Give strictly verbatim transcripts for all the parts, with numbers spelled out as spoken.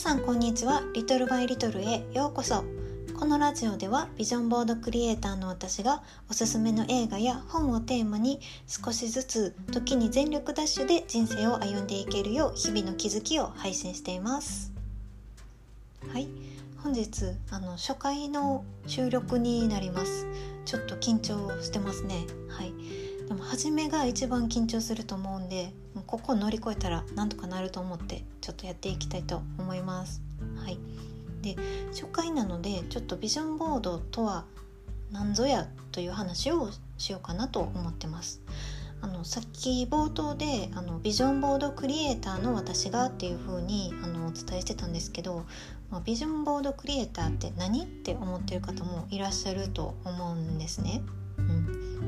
さんこんにちは。リトルバイリトルへようこそ。このラジオではビジョンボードクリエイターの私がおすすめの映画や本をテーマに少しずつ時に全力ダッシュで人生を歩んでいけるよう日々の気づきを配信しています。はい、本日あの初回の収録になります。ちょっと緊張してますね。はい、でも初めが一番緊張すると思うんで、ここを乗り越えたらなんとかなると思ってちょっとやっていきたいと思います。はい、で初回なのでちょっとビジョンボードとは何ぞやという話をしようかなと思ってます。あのさっき冒頭であのビジョンボードクリエイターの私がっていう風にあのお伝えしてたんですけど、まあ、ビジョンボードクリエイターって何って思ってる方もいらっしゃると思うんですね。うん、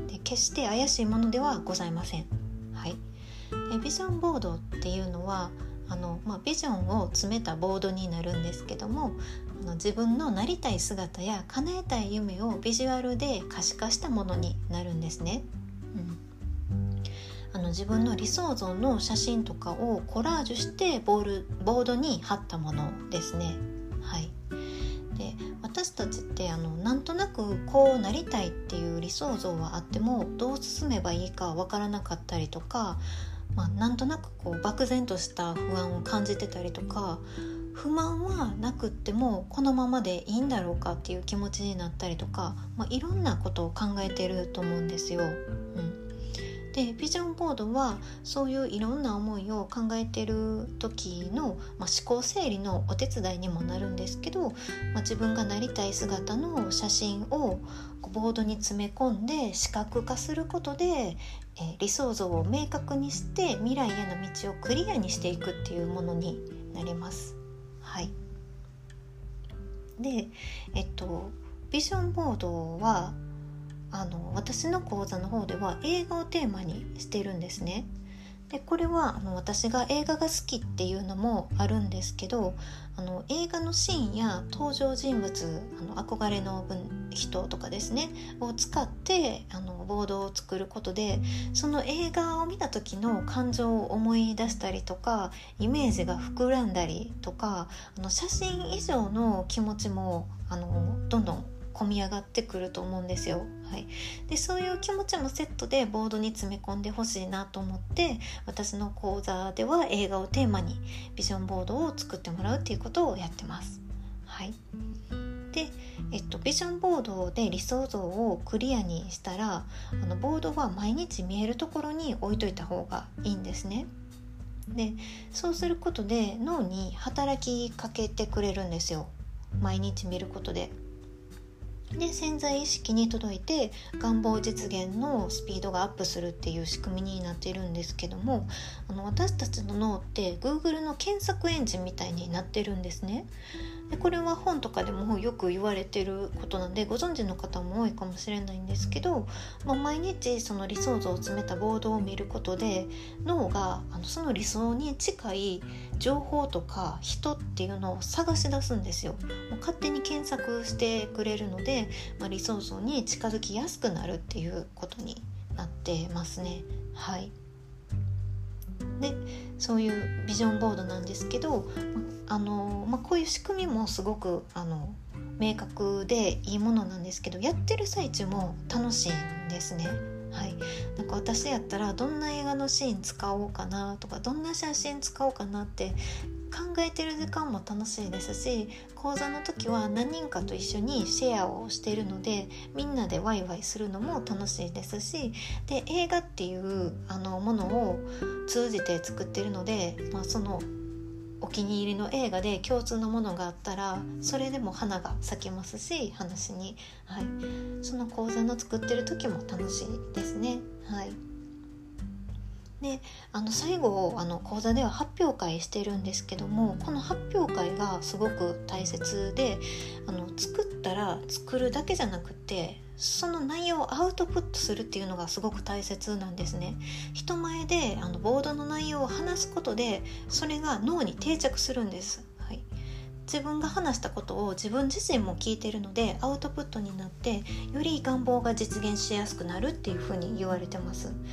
で決して怪しいものではございません。はい、でビジョンボードっていうのはあの、まあ、ビジョンを詰めたボードになるんですけども、あの自分のなりたい姿や叶えたい夢をビジュアルで可視化したものになるんですね。うんあの自分の理想像の写真とかをコラージュしてボール、ボードに貼ったものですね。はい、で私たちってあのなんとなくこうなりたいっていう理想像はあってもどう進めばいいかわからなかったりとか、まあ、なんとなくこう漠然とした不安を感じてたりとか、不満はなくってもこのままでいいんだろうかっていう気持ちになったりとか、まあ、いろんなことを考えてると思うんですよ。うんでビジョンボードはそういういろんな思いを考えてる時の、まあ、思考整理のお手伝いにもなるんですけど、まあ、自分がなりたい姿の写真をボードに詰め込んで視覚化することで、えー、理想像を明確にして未来への道をクリアにしていくっていうものになります。はい、で、えっと、ビジョンボードはあの私の講座の方では映画をテーマにしているんですね。でこれはあの私が映画が好きっていうのもあるんですけど、あの映画のシーンや登場人物、あの憧れの人とかですねを使ってあのボードを作ることで、その映画を見た時の感情を思い出したりとか、イメージが膨らんだりとか、あの写真以上の気持ちもあのどんどん込み上がってくると思うんですよ。はい、でそういう気持ちもセットでボードに詰め込んでほしいなと思って、私の講座では映画をテーマにビジョンボードを作ってもらうっていうことをやってます。はい、で、えっと、ビジョンボードで理想像をクリアにしたら、あのボードは毎日見えるところに置いといた方がいいんですね。でそうすることで脳に働きかけてくれるんですよ。毎日見ることで。で潜在意識に届いて願望実現のスピードがアップするっていう仕組みになっているんですけども、あの私たちの脳って Google の検索エンジンみたいになってるんですね。でこれは本とかでもよく言われてることなんでご存知の方も多いかもしれないんですけど、まあ、毎日その理想像を詰めたボードを見ることで脳があのその理想に近い情報とか人っていうのを探し出すんですよ。もう勝手に検索してくれるので、まあ、理想像に近づきやすくなるっていうことになってますね。はい、でそういうビジョンボードなんですけど、あの、まあ、こういう仕組みもすごくあの明確でいいものなんですけど、やってる最中も楽しいんですね。はい、なんか私やったらどんな映画のシーン使おうかなとか、どんな写真使おうかなって考えてる時間も楽しいですし、講座の時は何人かと一緒にシェアをしているのでみんなでワイワイするのも楽しいですし、で映画っていうあのものを通じて作っているので、まあ、そのお気に入りの映画で共通のものがあったらそれでも花が咲きますし、話に、はい、その講座の作ってる時も楽しいですね。はい、であの最後あの講座では発表会してるんですけども、この発表会がすごく大切で、あの作ったら作るだけじゃなくてその内容をアウトプットするっていうのがすごく大切なんですね。人前であのボードの内容を話すことでそれが脳に定着するんです。はい、自分が話したことを自分自身も聞いているのでアウトプットになってより願望が実現しやすくなるっていうふうに言われてます。で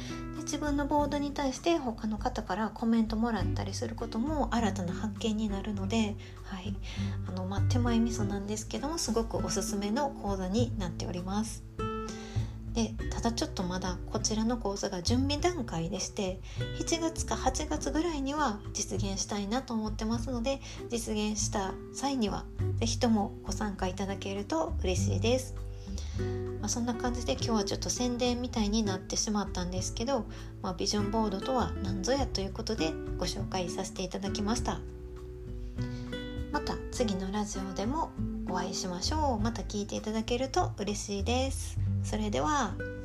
自分のボードに対して他の方からコメントもらったりすることも新たな発見になるので、はいあのまあ、手前味噌なんですけどもすごくおすすめの講座になっております。でただちょっとまだこちらの講座が準備段階でして、しちがつかはちがつぐらいには実現したいなと思ってますので、実現した際にはぜひともご参加いただけると嬉しいです。まあ、そんな感じで今日はちょっと宣伝みたいになってしまったんですけど、まあ、ビジョンボードとは何ぞやということでご紹介させていただきました。また次のラジオでもお会いしましょう。また聞いていただけると嬉しいです。それでは。